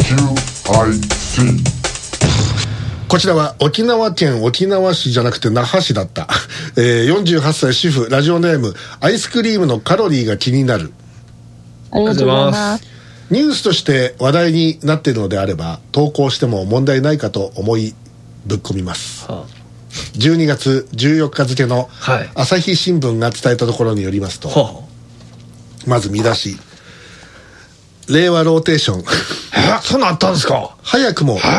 こちらは沖縄県沖縄市じゃなくて那覇市だった、48歳主婦、ラジオネームアイスクリームのカロリーが気になる。 ありがとうございます。 ニュースとして話題になっているのであれば投稿しても問題ないかと思いぶっ込みます、12月14日付の朝日新聞が伝えたところによりますと、まず見出し、令和ローテーションそんなあったんですか。 早くも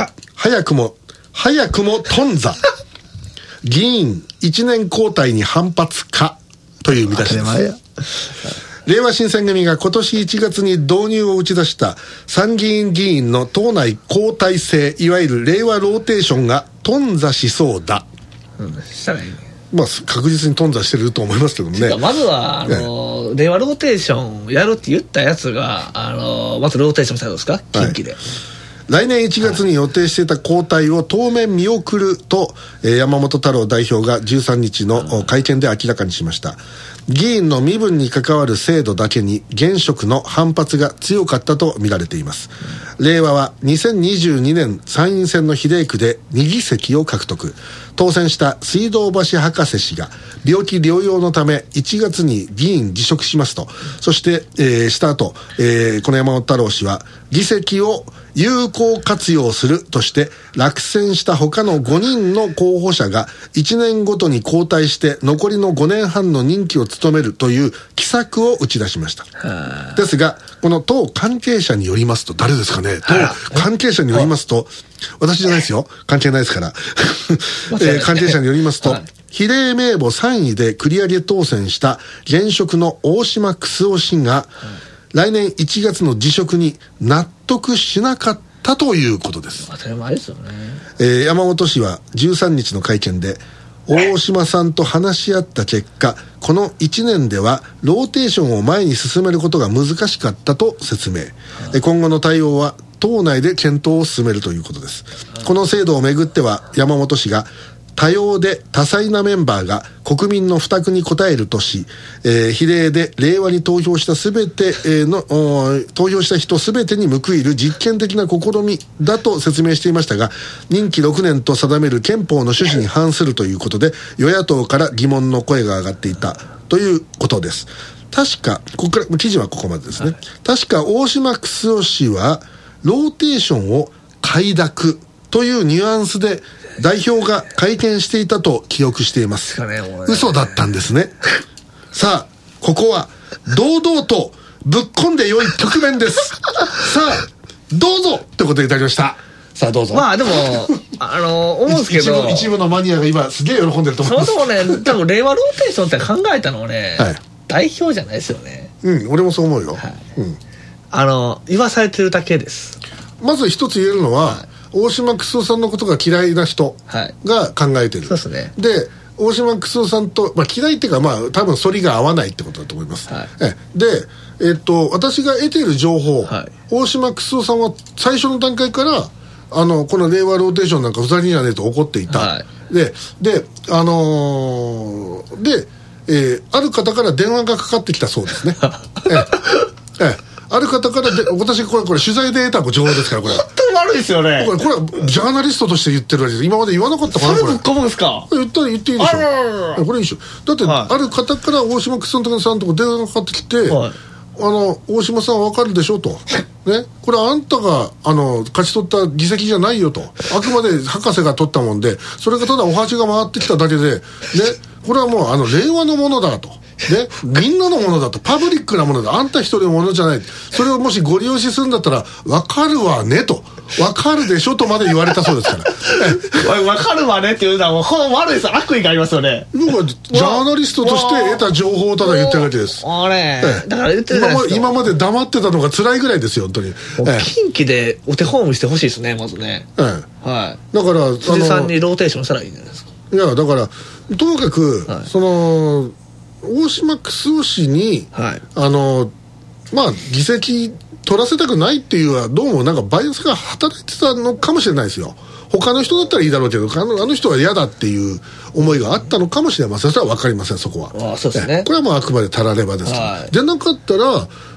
頓挫議員1年交代に反発かという見出しです。令和新選組が今年1月に導入を打ち出した参議院議員の党内交代制、いわゆる令和ローテーションが頓挫しそうだ。 したらいいね。 まあ確実に頓挫してると思いますけどもね。 まずは令和ローテーションやるって言ったやつがまずローテーションしたんですか、近畿で。 来年1月に予定していた交代を当面見送ると、山本太郎代表が13日の会見で明らかにしました。議員の身分に関わる制度だけに現職の反発が強かったと見られています。令和は2022年参院選の比例区で2議席を獲得。当選した水道橋博士氏が病気療養のため1月に議員辞職しますと。そして、した後、この山本太郎氏は議席を有効活用するとして落選した他の5人の候補者が1年ごとに交代して残りの5年半の任期を務めるという奇策を打ち出しました。ですがこの党関係者によりますと、誰ですかね、党関係者によりますと、私じゃないですよ、関係ないですから関係者によりますと、比例名簿3位で繰り上げ当選した現職の大島九州氏が来年1月の辞職に納得しなかったということです。 当たり前ですよね。 山本氏は13日の会見で、大島さんと話し合った結果、この1年ではローテーションを前に進めることが難しかったと説明。今後の対応は党内で検討を進めるということです。この制度をめぐっては山本氏が、多様で多彩なメンバーが国民の負託に応えるとし、比例で令和に投票した投票した人すべてに報いる実験的な試みだと説明していましたが、任期6年と定める憲法の趣旨に反するということで与野党から疑問の声が上がっていたということです。確かここから記事はここまでですね、確か大島九州氏はローテーションを快諾というニュアンスで代表が会見していたと記憶しています。嘘だったんですね。さあここは堂々とぶっ込んで良い局面ですさあどうぞってことでいただきました。さあどうぞ。 まあでも思うんですけど一部のマニアが今すげえ喜んでると思います。 そもそもね、多分令和ローテーションって考えたのはね、代表じゃないですよね。 俺もそう思うよ、 言わされてるだけです。 まず一つ言えるのは、大島九州さんのことが嫌いな人が考えてる、 そうですね。 で大島九州さんと、嫌いっていうか、多分反りが合わないってことだと思います、で、私が得ている情報、大島九州さんは最初の段階からこの令和ローテーションなんかふざけんじゃねえと怒っていた、である方から電話がかかってきたそうですねある方から私これ取材で得た情報ですから、これ本当に悪いですよね。 これはジャーナリストとして言ってるわけです。今まで言わなかったかな。 それぶっ込むんですか。 言っていいでしょ。これいいでしょ。だって、ある方から大島さんとこ電話がかかってきて、大島さん分かるでしょと、ね、これあんたが勝ち取った議席じゃないよと、あくまで博士が取ったもんで、それがただお鉢が回ってきただけで、ね、これはもう令和のものだと、ね、みんなのものだと、パブリックなものだ、あんた一人のものじゃない、それをもしご利用しするんだったら分かるわねと、分かるでしょとまで言われたそうですから分かるわねっていうのはもうこの悪いです、悪意がありますよね。 僕はジャーナリストとして得た情報をただ言ってるわけです。 だから言ってるじゃないですか。 今まで黙ってたのが辛いぐらいですよ本当に。 近畿でお手本してほしいですね、まずね。だから辻さんにローテーションしたらいいんじゃないですか。 いやだからともかく、大島九州氏に、議席取らせたくないっていうのはどうもなんかバイアスが働いてたのかもしれないですよ。他の人だったらいいだろうけど、あの人は嫌だっていう思いがあったのかもしれません。それは分かりません、そこは。 そうですね。 これはもうあくまでたらればです、でなかったら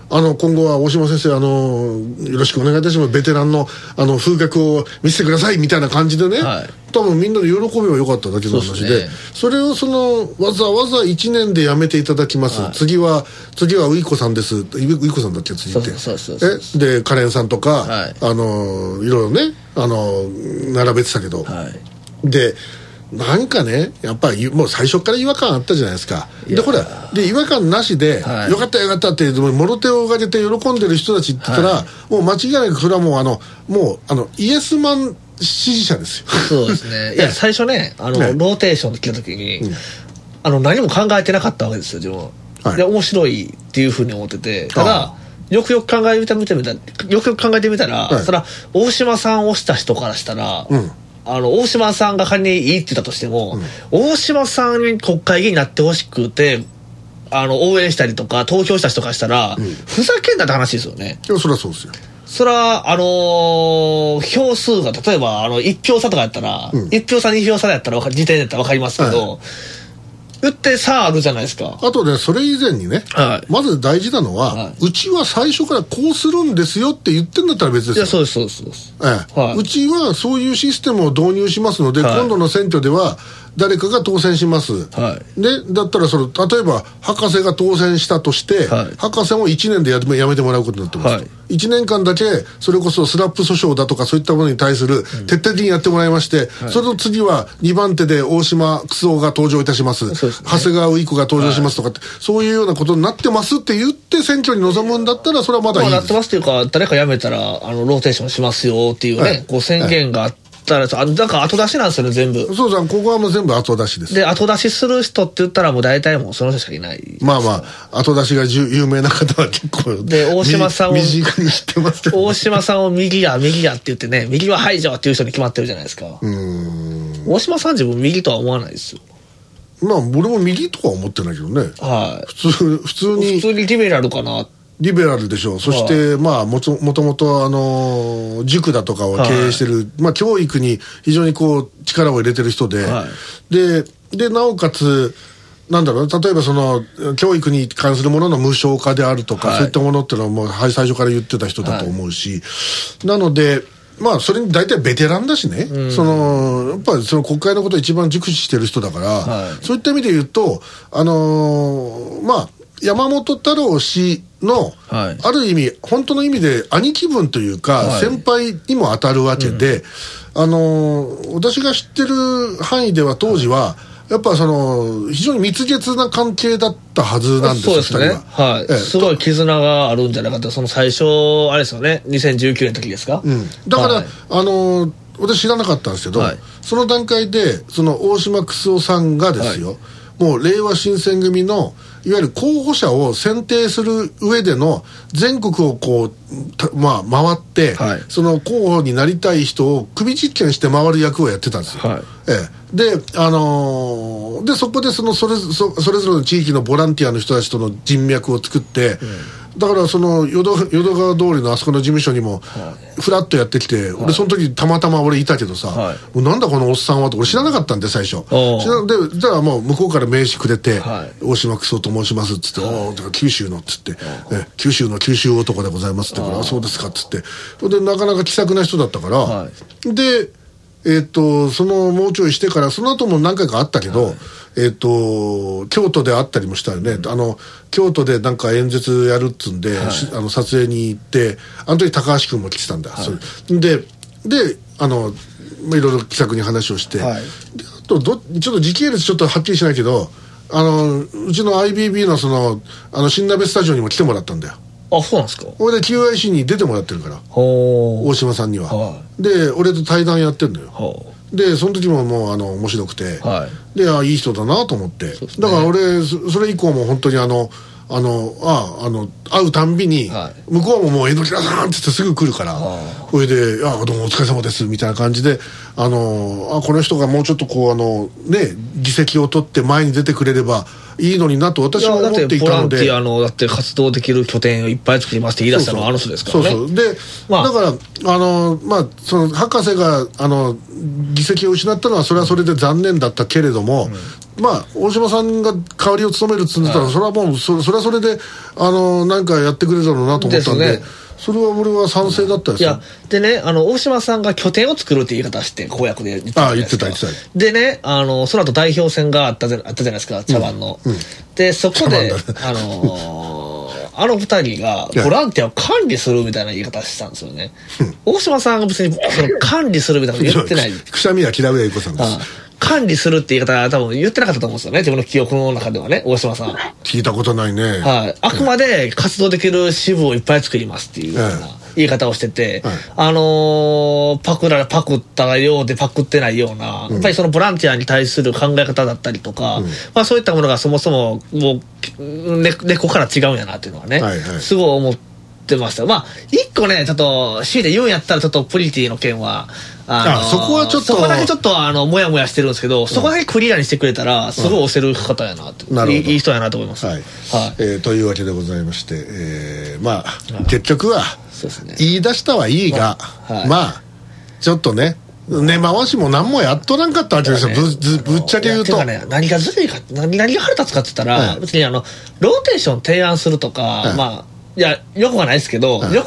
今後は大島先生よろしくお願いいたします、ベテランの風格を見せてくださいみたいな感じでね、多分みんなで喜べばよかっただけの話で、それをわざわざ1年でやめていただきます、次はウイコさんです、ウイコさんだっけ、次ってでカレンさんとか、いろいろね並べてたけど、でなんかね、やっぱりもう最初から違和感あったじゃないですか。でほらで違和感なしで、よかったよかったってもろ手を挙げて喜んでる人たちって言ったら、もう間違いなくそれはもうイエスマン支持者ですよ。 そうですね。いや最初ねローテーションで来た時に、何も考えてなかったわけですよ自分、で面白いっていうふうに思ってて、ただよくよく考えてみたら、それは大島さんをした人からしたら、大島さんが仮にいいって言ったとしても、大島さんに国会議員になってほしくて応援したりとか投票した人からしたら、ふざけんなって話ですよね。 いやそれはそうですよ。 それは票数が例えば1票差とかやったら、1票差2票差やったら時点だったら分かりますけど、言って差あるじゃないですか。 あとねそれ以前にね、まず大事なのは、うちは最初からこうするんですよって言ってんだったら別ですよ。いやそうですそうです、 うちはそういうシステムを導入しますので、今度の選挙では誰かが当選します、でだったら例えば博士が当選したとして、博士も1年でやめてもらうことになってます、1年間だけそれこそスラップ訴訟だとかそういったものに対する徹底的にやってもらいまして、それの次は2番手で大島九州男が登場いたします、長谷川ウイコが登場しますとかって、そういうようなことになってますって言って選挙に臨むんだったらそれはまだいいです。 なってますっていうか、誰か辞めたらローテーションしますよっていうね、こう宣言があって、なんか後出しなんですよね全部。 そうじゃん、ここはもう全部後出しです。 で後出しする人って言ったらもう大体もうその人しかいない。 まあ後出しが有名な方は結構で大島さんを身近に知ってますけど、 大島さんを右やって言ってね、右は排除っていう人に決まってるじゃないですか。大島さん自分右とは思わないですよ。 まあ俺も右とは思ってないけどね、普通にリベラルかな。 リベラルでしょう。そしてもともと塾だとかを経営してる、教育に非常にこう力を入れてる人で、でなおかつなんだろう、例えば教育に関するものの無償化であるとか、そういったものっていうのはもう最初から言ってた人だと思うし、なのでそれに大体ベテランだしね、やっぱり国会のことを一番熟知してる人だから、そういった意味で言うと山本太郎氏の、ある意味本当の意味で兄貴分というか、先輩にも当たるわけで、私が知ってる範囲では当時はやっぱ非常に蜜月な関係だったはずなんですよ。 そうですね、すごい絆があるんじゃなかった。最初あれですよね、2019年の時ですか、 だから、私知らなかったんですけど、その段階で大島九州男さんがですよ、もう令和新選組のいわゆる候補者を選定する上での全国をこう回って、その候補になりたい人を首実験して回る役をやってたんですよ。でそこでそれぞれの地域のボランティアの人たちとの人脈を作って、だから淀川通りのあそこの事務所にもフラッとやってきて、俺その時たまたま俺いたけどさ、なんだこのおっさんはと俺知らなかったんで最初。でじゃあもう向こうから名刺くれて、大島九州と申しますっつって、だから九州のっつって、九州の九州男でございますって言うから、そうですかっつって、でなかなか気さくな人だったから、でもうちょいしてからその後も何回かあったけど、京都であったりもしたよね。京都でなんか演説やるっつんで、撮影に行って、あの時高橋君も来てたんだ、でいろいろ気さくに話をして、であとちょっと時系列ちょっとはっきりしないけど、うちの IBB の新鍋スタジオにも来てもらったんだよ。 あ、そうなんですか。 俺で QIC に出てもらってるから、大島さんには、で俺と対談やってんのよ。でその時ももう面白くて、でいい人だなと思って、だから俺それ以降も本当に会うたんびに、向こうももう榎田さんって言ってすぐ来るから、それでどうもお疲れ様ですみたいな感じで、この人がもうちょっとこう議席を取って前に出てくれればいいのになと私は思っていたので、 ボランティアだって活動できる拠点をいっぱい作りますって言い出したのはあの人ですからね。 で、だからその博士が議席を失ったのはそれはそれで残念だったけれども、 大島さんが代わりを務めるっつうんだったら、それはもうそれはそれでなんかやってくれるだろうなと思ったんで、それは俺は賛成だったですよ。 いやでね、大島さんが拠点を作るって言い方して公約で言ってたじゃないですか。 言ってたでね、その後代表選があったじゃないですか、茶番の、でそこで二人がボランティアを管理するみたいな言い方してたんですよね。大島さんが別にその管理するみたいなこと言ってない。 くしゃみは嫌うやいこさんです。 管理するって言い方は多分言ってなかったと思うんですよね、自分の記憶の中ではね、大島さん。 聞いたことないね。 はい。あくまで活動できる支部をいっぱい作りますっていうような言い方をしてて、パクったようでパクってないような、やっぱりそのボランティアに対する考え方だったりとか、そういったものがそもそももう根っこから違うんやなっていうのはね、すごい思ってました。一個ね、ちょっと強いて言うんやったらちょっとプリティの件は、 そこはちょっとそこだけちょっともやもやしてるんですけど、そこだけクリアにしてくれたらすごい押せる方やなって、いい人やなと思います。 というわけでございまして、結局は言い出したはいいが、ちょっとね根回しも何もやっとらんかったわけですよ、ぶっちゃけ言うと。 何がずるいか、何が腹立つかって言ったら、別にローテーション提案するとか、いやよくはないですけど、それは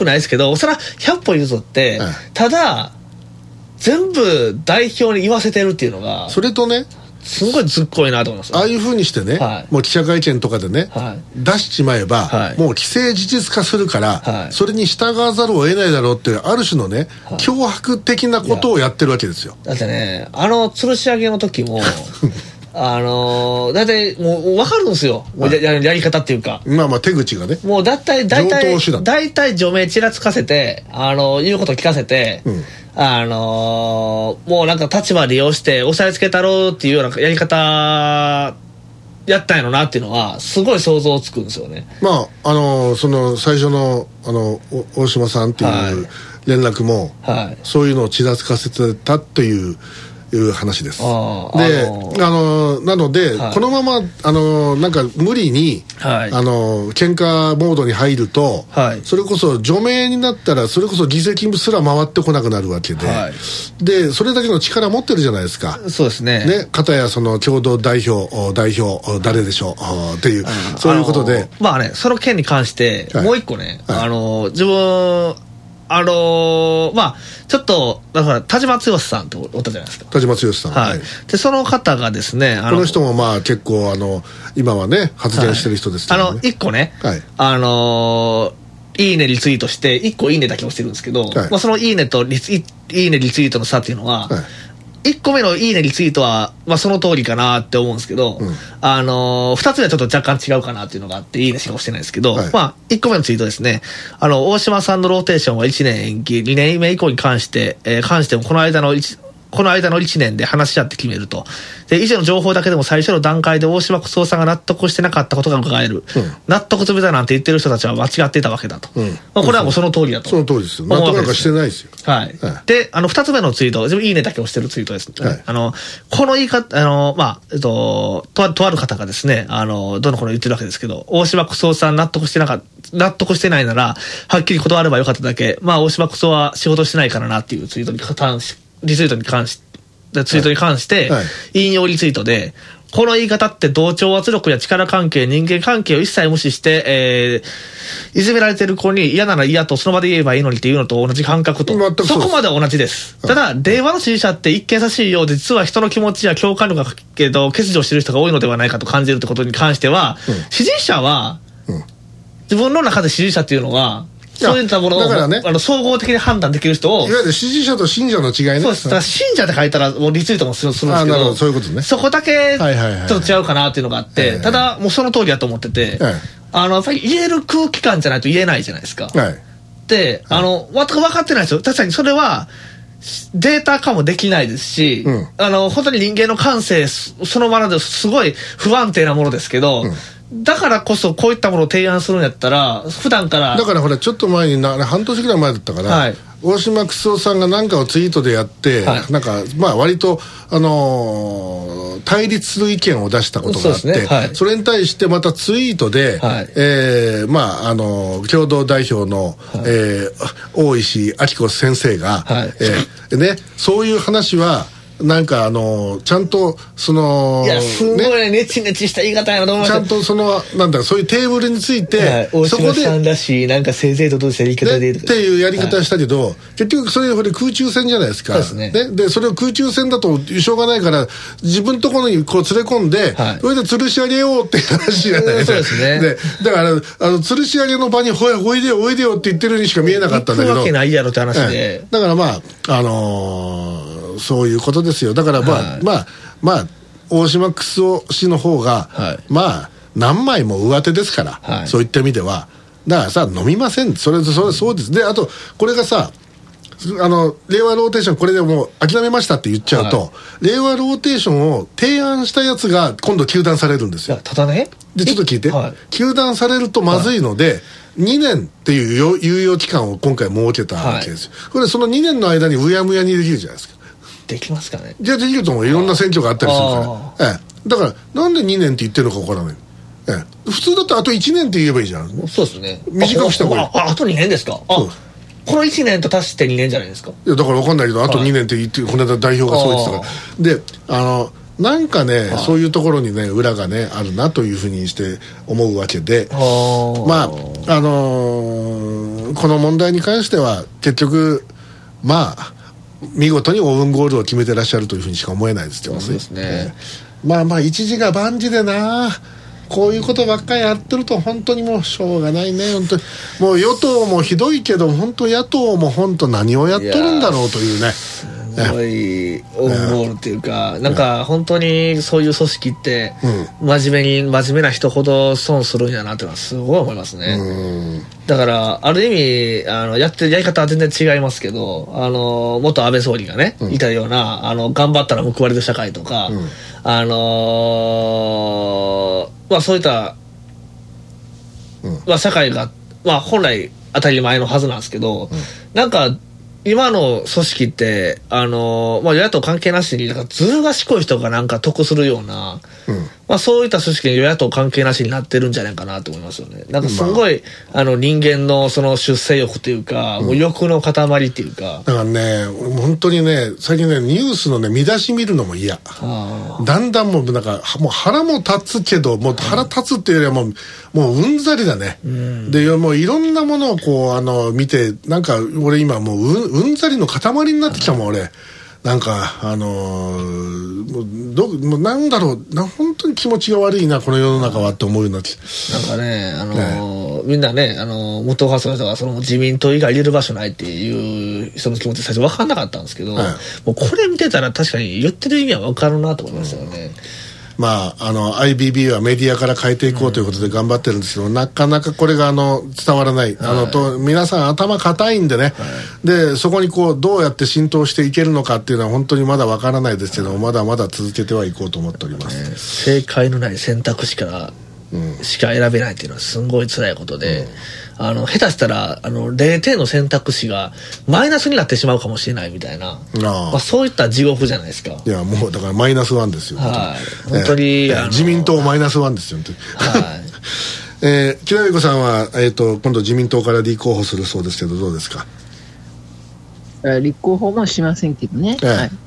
100歩譲って、ただ全部代表に言わせてるっていうのが、 それとね、 すごいずっこいなと思います。 ああいうふうにしてね、もう記者会見とかでね、出しちまえば、もう既成事実化するから、それに従わざるを得ないだろうっていう、ある種のね、脅迫的なことをやってるわけですよ。 だってね、吊るし上げの時もだいたいもう分かるんですよ、やり方っていうか、 手口がね、 もうだいたい除名ちらつかせて、言うこと聞かせて、もうなんか立場利用して押さえつけたろうっていうようなやり方やったんやろなっていうのはすごい想像つくんですよね。 その最初の大島さんっていう連絡も、そういうのをちらつかせてたという話です。で、なので、このままなんか無理に喧嘩モードに入ると、それこそ除名になったらそれこそ議席すら回ってこなくなるわけで、でそれだけの力持ってるじゃないですか。 そうですね。 片やその共同代表誰でしょうっていう、そういうことで、 その件に関してもう一個ね、自分ちょっとだから田島剛さんっておったじゃないですか。 田島剛さん、 でその方がですね、 この人も結構今はね発言してる人ですけどね、 一個ね、いいねリツイートして1個いいねだけ押してるんですけど、そのいいねといいねリツイートの差っていうのは、1個目のいいねリツイートは、その通りかなって思うんですけど、2つ目はちょっと若干違うかなっていうのがあって、いいねしか押してないですけど、1個目のツイートですね、大島さんのローテーションは1年延期、2年目以降に関してもこの間の1年で話し合って決めると。で、以上の情報だけでも最初の段階で大島総さんが納得してなかったことが伺える。納得済みだなんて言ってる人たちは間違っていたわけだと。これはもうその通りだと。 その通りですよ。納得なんかしてないですよ。 で、2つ目のツイート、自分いいねだけ押してるツイートですね。この言い方、とある方がですね、どの子の言ってるわけですけど、大島総さん納得してないなら、はっきり断ればよかっただけ、大島総は仕事してないからなっていうツイートにリツイートに関して、引用リツイートで、この言い方って同調圧力や力関係、人間関係を一切無視して、いじめられてる子に嫌なら嫌とその場で言えばいいのにっていうのと同じ感覚と。そこまでは同じです。ただ、令和の支持者って一見優しいようで、実は人の気持ちや共感力が欠如してる人が多いのではないかと感じるってことに関しては、支持者は、自分の中で支持者っていうのは、そういったものを総合的に判断できる人を、 いわゆる支持者と信者の違いね。 そうです。だから信者って書いたらもうリツイートもするんですけど、 そういうことね。 そこだけちょっと違うかなっていうのがあって、ただもうその通りだと思ってて、やっぱり言える空気感じゃないと言えないじゃないですか。で、分かってないですよ。確かにそれはデータ化もできないですし、本当に人間の感性そのままですごい不安定なものですけど、だからこそこういったものを提案するんやったら普段からだからほらちょっと前に半年ぐらい前だったから、大島九夫さんが何かをツイートでやって、なんか割と対立する意見を出したことがあって、それに対してまたツイートで、共同代表の、大石明子先生が、そういう話はなんかちゃんとそのいやすごいネチネチした言い方やなと思いました。 ちゃんとそのなんだそういうテーブルについて、 はい、大島さんらしいなんか整々とした言い方でっていうやり方したけど、結局それ空中戦じゃないですか。 そうですね。 でそれを空中戦だとしょうがないから自分のところにこう連れ込んで、それで吊るし上げようっていう話じゃないですか。 そうですね。 でだから吊るし上げの場においでよおいでよって言ってるにしか見えなかったんだけど、 行くわけないやろって話で、 だからまあそういうことですよ。だからまあ大島クスオ氏の方が、まあ何枚も上手ですから、そういった意味ではだからさ飲みません。それそうです。であとこれがさ令和ローテーションこれでもう諦めましたって言っちゃうと、令和ローテーションを提案したやつが今度糾弾されるんですよ。 ただねでちょっと聞いて、糾弾されるとまずいので、2年っていう猶予期間を今回設けたわけですよ。これその2年の間にうやむやにできるじゃないですか。 できますかね。 じゃあできると思う。いろんな選挙があったりするから、だからなんで2年って言ってるのか分からない。普通だったらあと1年って言えばいいじゃん。 そうですね。 短くした方がいい。 あと2年ですか。この1年と足して2年じゃないですか。 いやだから分かんないけどあと2年って言ってこの間代表がそう言ってたからでなんかね、そういうところにね裏がねあるなというふうにして思うわけで、まあこの問題に関しては結局まあ見事にオウンゴールを決めてらっしゃるというふうにしか思えないですけどね。 そうですね。 まあ一時が万事でなこういうことばっかりやってると本当にもうしょうがないね。本当にもう与党もひどいけど本当野党も本当何をやっとるんだろうというね。 すごいオウンゴールっていうか、なんか本当にそういう組織って真面目な人ほど損するんやなっていうのはすごい思いますね。だからある意味やってるやり方は全然違いますけど、元安倍総理がねいたような頑張ったら報われる社会とか、まあそういった、まあ、社会が、まあ、本来当たり前のはずなんですけど、なんか今の組織ってまあ、与野党関係なしになんかずる賢い人がなんか得するような、まあ、そういった組織に与野党関係なしになってるんじゃないかなと思いますよね。なんかすごい、人間のその出世欲というか、もう欲の塊っていうか。 だからね本当にね最近ねニュースのね見出し見るのも嫌。だんだんもうなんかもう腹も立つけどもう腹立つっていうよりはもううんざりだね。でもういろんなものをこう見てなんか俺今もううんざりの塊になってきたもん俺。なんかもうなんだろう本当に気持ちが悪いなこの世の中はって思うようになってなんかねみんなね元派その人がその自民党以外入れる場所ないっていう人の気持ち最初分かんなかったんですけど、もうこれ見てたら確かに言ってる意味は分かるなと思いましたよね。まあIBB はメディアから変えていこうということで頑張ってるんですけど、なかなかこれが伝わらない、皆さん頭固いんでね、でそこにこうどうやって浸透していけるのかっていうのは本当にまだわからないですけど、まだまだ続けてはいこうと思っております。 正解のない選択肢からしか選べないっていうのはすごい辛いことで、下手したら0点の選択肢がマイナスになってしまうかもしれないみたいな、まあ、そういった地獄じゃないですか。 いやもうだからマイナス1ですよ。 本当に自民党マイナス1ですよ本当に。木田恵子さんは、今度自民党から立候補するそうですけどどうですか。 立候補もしませんけどね。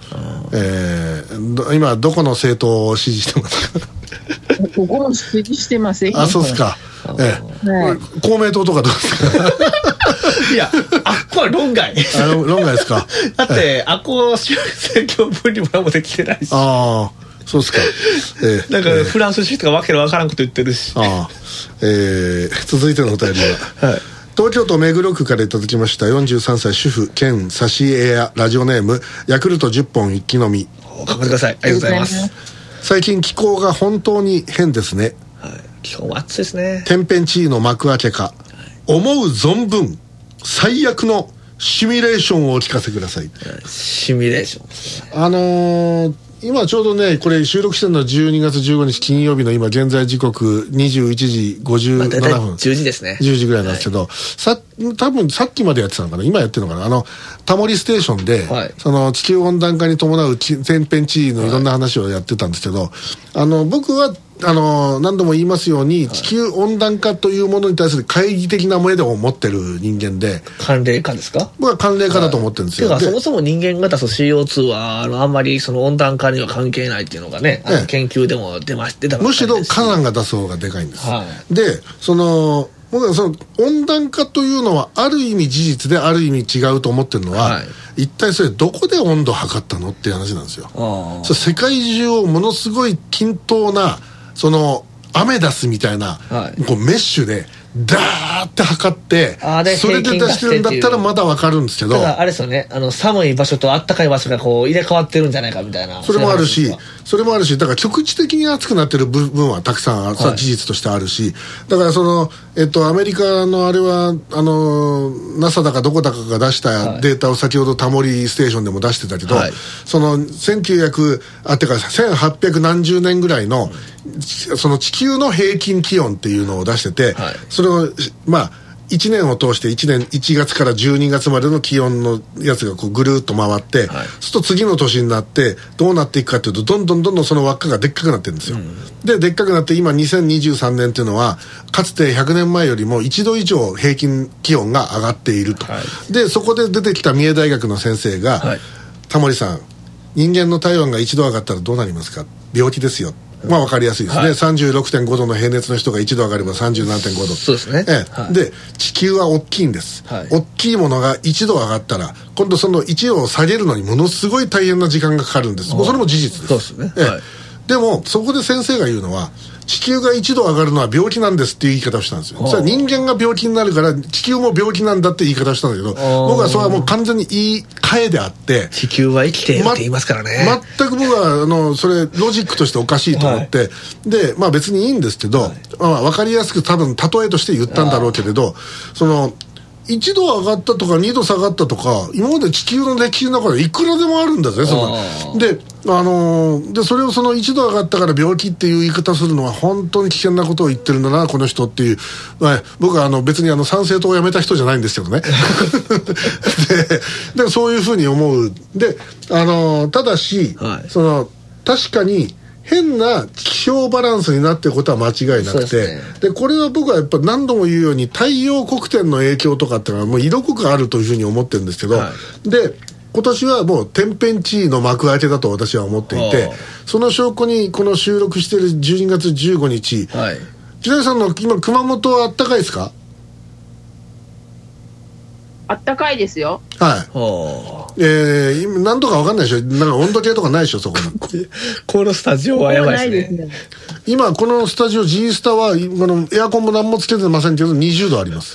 今どこの政党を支持してますか。 ここも支持してません。 そうですか。公明党とかどうですか。 いやあっこは論外。 論外ですか。 だってあっこ選挙分離も何もできてないし。 そうですか。 なんかフランス式とかわけのわからんこと言ってるし。 続いてのお便りは、東京都目黒区からいただきました43歳主婦兼挿絵屋ラジオネームヤクルト10本一気飲み。 頑張ってください。ありがとうございます。 最近気候が本当に変ですね。 今日は暑いですね。 天変地異の幕開けか、思う存分最悪のシミュレーションをお聞かせください。 シミュレーションですね。 今ちょうどねこれ収録してるのは12月15日金曜日の今現在時刻21時57分、 10時ですね。 10時ぐらいなんですけど、多分さっきまでやってたのかな今やってるのかなタモリステーションで、その地球温暖化に伴う天変地異のいろんな話をやってたんですけど、僕は何度も言いますように、地球温暖化というものに対する懐疑的な目でを持ってる人間で。 寒冷化ですか？ 僕は寒冷化だと思ってるんですよ。 てかそもそも人間が出す CO2 はあんまりその温暖化には関係ないっていうのがね、研究でも出たばっかりですし、 むしろ火山が出す方がでかいんです。で僕はその温暖化というのはある意味事実である意味違うと思ってるのは、一体それどこで温度を測ったのっていう話なんですよ。それ世界中をものすごい均等なそのアメダスみたいな、こうメッシュでダーって測ってそれで出してるんだったらまだ分かるんですけど、 だからあれですよね、寒い場所と暖かい場所がこう入れ替わってるんじゃないかみたいな。 それもあるしだから局地的に暑くなってる部分はたくさん事実としてあるし、だからそのアメリカのあれはNASA だかどこだかが出したデータを先ほどタモリステーションでも出してたけど、その1800何十年ぐらいのその地球の平均気温っていうのを出してて、それを1年を通して1月から12月までの気温のやつがこうぐるっと回って、そうすると次の年になってどうなっていくかというと、どんどんその輪っかがでっかくなってるんですよ。でっかくなって今2023年っていうのはかつて100年前よりも1度以上平均気温が上がっていると。でそこで出てきた三重大学の先生が、タモリさん、人間の体温が1度上がったらどうなりますか？病気ですよ。分かりやすいですね。36.5 度の平熱の人が1度上がれば37.5 度。 そうですね。 で地球は大きいんです。大きいものが1度上がったら今度その1度を下げるのにものすごい大変な時間がかかるんです。もうそれも事実です。 そうですね。 でもそこで先生が言うのは、地球が1度上がるのは病気なんですっていう言い方をしたんですよ。それは人間が病気になるから地球も病気なんだって言い方をしたんだけど、僕はそれはもう完全に言い換えであって、 地球は生きているって言いますからね。 全く僕はそれロジックとしておかしいと思って、で別にいいんですけど、分かりやすく多分例えとして言ったんだろうけれど、その1度上がったとか2度下がったとか今まで地球の歴史の中でいくらでもあるんだぜ。でそれをその1度上がったから病気っていう言い方するのは本当に危険なことを言ってるんだなこの人っていう、僕は別に参政党を辞めた人じゃないんですけどねでそういうふうに思う。でただし、その確かに変な気象バランスになっていることは間違いなくて、でこれは僕はやっぱ何度も言うように太陽黒点の影響とかっていうのはもう色濃くあるというふうに思ってるんですけど、で今年はもう天変地異の幕開けだと私は思っていて、その証拠にこの収録している12月15日、木谷さんの今熊本はあったかいですか？ あったかいですよ。 今何度か分かんないでしょ。なんか温度計とかないでしょそこにこのスタジオはやばいですね。 今このスタジオ G スタはエアコンも何もつけてませんけど20度あります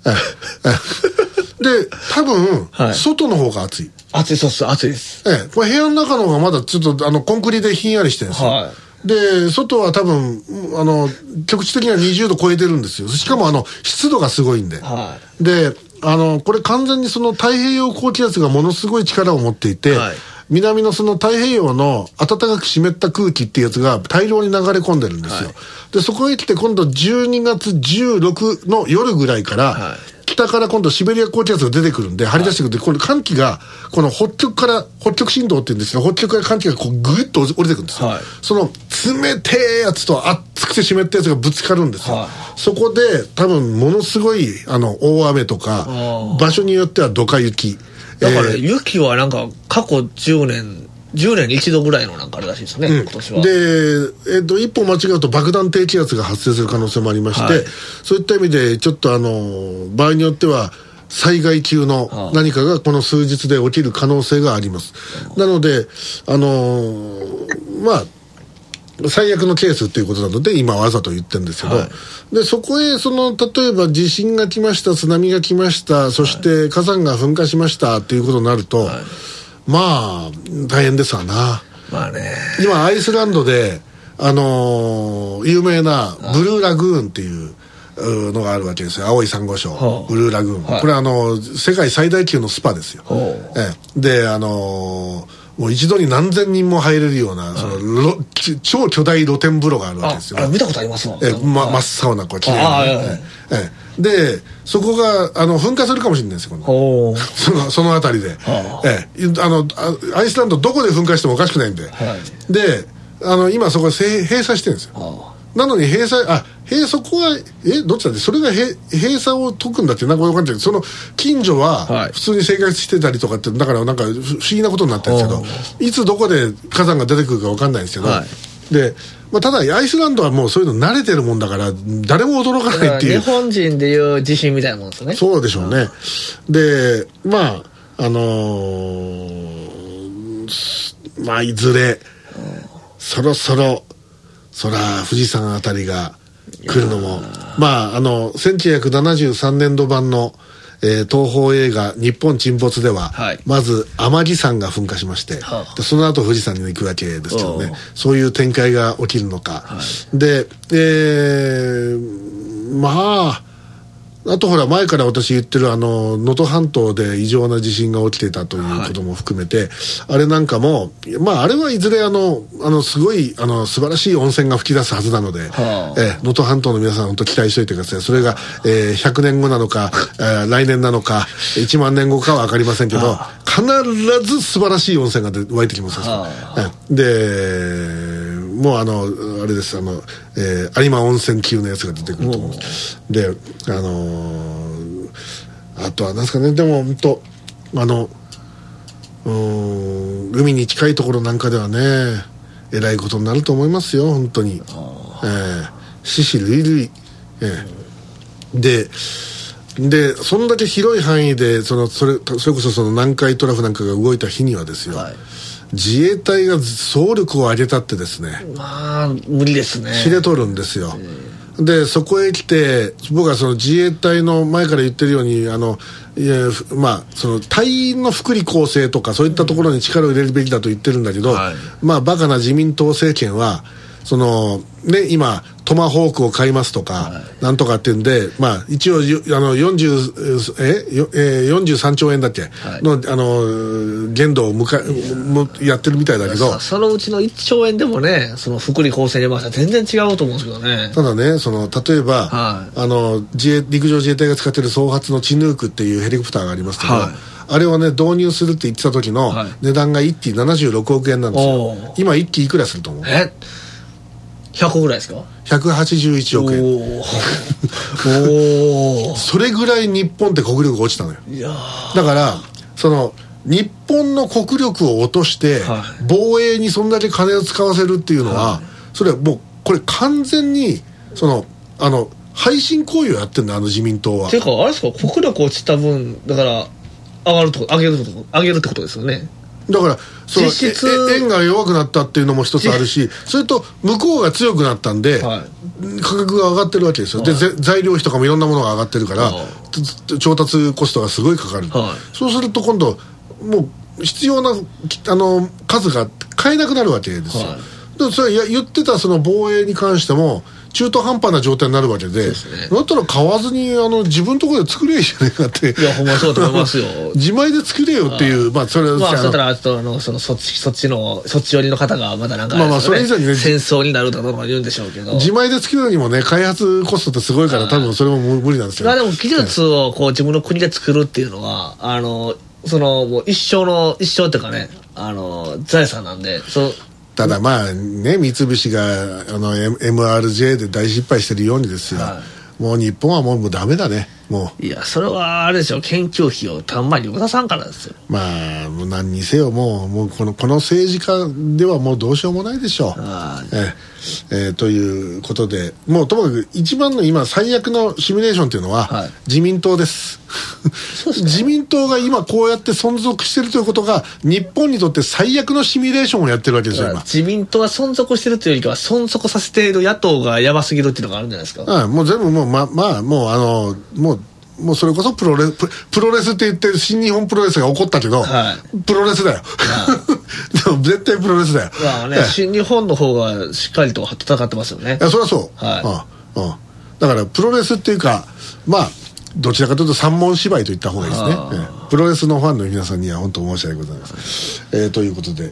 で多分、外の方が暑い。 暑い、そうです、暑いです。 これ部屋の中の方がまだちょっとコンクリでひんやりしてるんですよ。で外は多分局地的には20度超えてるんですよ。しかも湿度がすごいんで、でこれ完全にその太平洋高気圧がものすごい力を持っていて、南のその太平洋の暖かく湿った空気っていうやつが大量に流れ込んでるんですよ。でそこへ来て今度12月16の夜ぐらいから、北から今度シベリア高気圧が出てくるんで張り出してくるんで、この寒気がこの北極振動っていうんですけど、北極から寒気がこうグイッと降りてくるんですよ。その冷てえやつと熱くて湿ったやつがぶつかるんですよ。そこで多分ものすごい大雨とか場所によってはドカ雪だから、雪はなんか過去10年に一度ぐらいのなんかあれらしいですね、今年は。 で、一歩間違うと爆弾低気圧が発生する可能性もありまして、そういった意味でちょっと場合によっては災害級の何かがこの数日で起きる可能性があります。なので最悪のケースっていうことなので今わざと言ってるんですけど、でそこへ例えば地震が来ました、津波が来ました、そして火山が噴火しましたっていうことになると、大変ですわな。今アイスランドで有名なブルーラグーンっていうのがあるわけですよ。青い珊瑚礁、ブルーラグーン、これ世界最大級のスパですよ。でもう一度に何千人も入れるような超巨大露天風呂があるわけですよ。 見たことありますもん。 真っ青なこれ綺麗なでそこが噴火するかもしれないですよ今度その辺りでアイスランドどこで噴火してもおかしくないんで、で今そこ閉鎖してるんですよ。なのにそこはどっちだって、それが閉鎖を解くんだってなんか分かんないけど、その近所は普通に生活してたりとかって、だからなんか不思議なことになってるんですけど、いつどこで火山が出てくるか分かんないんですけど、で、ただアイスランドはもうそういうの慣れてるもんだから誰も驚かないっていう、 日本人でいう地震みたいなもんですね。 そうでしょうね。でいずれそろそろ富士山あたりが来るのも、1973年度版の、東宝映画日本沈没では、まず天城山が噴火しまして、でその後富士山に行くわけですけどね、そういう展開が起きるのか、で、あとほら前から私言ってる能登半島で異常な地震が起きてたということも含めて、あれなんかもあれはいずれすごい素晴らしい温泉が噴き出すはずなので、能登半島の皆さん本当期待しておいてください。それが、100年後なのか、来年なのか1万年後かは分かりませんけど、必ず素晴らしい温泉が湧いてきますよ。でもうあれです、有馬温泉級のやつが出てくると思うんです。であとはなんですかね、でも本当海に近いところなんかではね、えらいことになると思いますよ本当に。死死類々、でそんだけ広い範囲でそれこそその南海トラフなんかが動いた日にはですよ、自衛隊が総力を挙げたってですね、 無理ですね、 知れとるんですよ。でそこへ来て僕はその自衛隊の前から言ってるようにその隊員の福利厚生とかそういったところに力を入れるべきだと言ってるんだけど、バカな自民党政権は今トマホークを買いますとか、なんとかっていうんで、一応43兆円だっけ、の限度をやってるみたいだけど、 そのうちの1兆円でもね、その福利厚生に回したら全然違うと思うんですけどね。 ただね、例えば、陸上自衛隊が使ってる総発のチヌークっていうヘリコプターがありますけど、あれをね導入するって言ってた時の値段が1機76億円なんですよ。今1機いくらすると思う ？100個ぐらいですか ？181億円。それぐらい日本って国力が落ちたのよ。だから日本の国力を落として、防衛にそんだけ金を使わせるっていうのは、それはもうこれ完全に背信行為をやってるんだ自民党は。 っていうかあれですか、国力落ちた分だから上げるってことですよね。 だから円が弱くなったっていうのも一つあるし、それと向こうが強くなったんで、価格が上がってるわけですよ。で材料費とかもいろんなものが上がってるから、調達コストがすごいかかる。そうすると今度もう必要な数が買えなくなるわけですよ。でそれ言ってたその防衛に関しても中途半端な状態になるわけで、だったら買わずに自分のところで作れよじゃねえかって。 いやほんまそうだと思いますよ。 自前で作れよっていう、それはそうしたらそっち寄りの方がまだなんかそれ以上にね戦争になるとか言うんでしょうけど、 自前で作るのにもね開発コストってすごいから多分それも無理なんですよ。 でも技術を自分の国で作るっていうのはもう一生っていうかね財産なんで。 ただ三菱がMRJ で大失敗してるようにですよ、もう日本はもうダメだね。もういやそれはあれでしょ、研究費をたんまり出さんからですよ。 もう何にせよもうこの政治家ではもうどうしようもないでしょう。ということで、もうともかく一番の今最悪のシミュレーションというのは、自民党です。自民党が今こうやって存続しているということが日本にとって最悪のシミュレーションをやってるわけですよ今。 自民党は存続しているというよりかは存続させている野党がやばすぎるっていうのがあるんじゃないですか。 もう全部もうそれこそプロレスって言ってる新日本プロレスが起こったけど、プロレスだよ。でも絶対プロレスだよ。 新日本の方がしっかりと戦ってますよね。 そりゃそう。だからプロレスっていうかどちらかというと三文芝居といった方がいいですね。プロレスのファンの皆さんには本当申し訳ございません。ということで、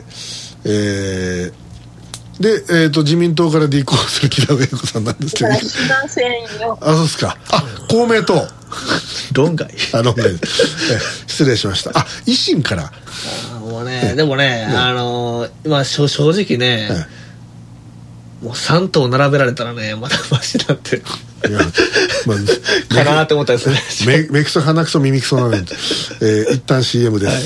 自民党から立候補する木田上子さんなんですけど、 しませんよ。 そうですか。公明党論外論外失礼しました。維新からもうね、でもね、正直ね、 もう3頭並べられたらねまだマシなんていや、まあ、かなって思ったりする目くそ鼻くそ耳くそなので、一旦 CM です、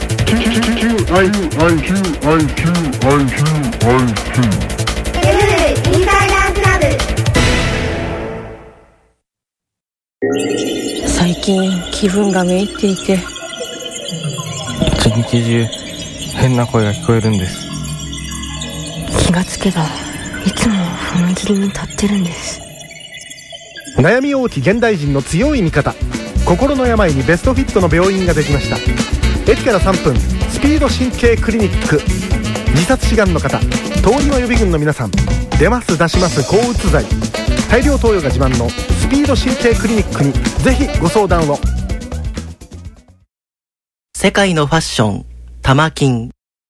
最近気分がめいっていて一日中変な声が聞こえるんです。 気がつけばいつも踏切に立ってるんです。 悩み多き現代人の強い味方、心の病にベストフィットの病院ができました。駅から3分スピード神経クリニック。自殺志願の方、通りの予備軍の皆さん、出ます出します抗うつ剤、大量投与が自慢のスピード神経クリニックにぜひご相談を。 世界のファッション、玉金。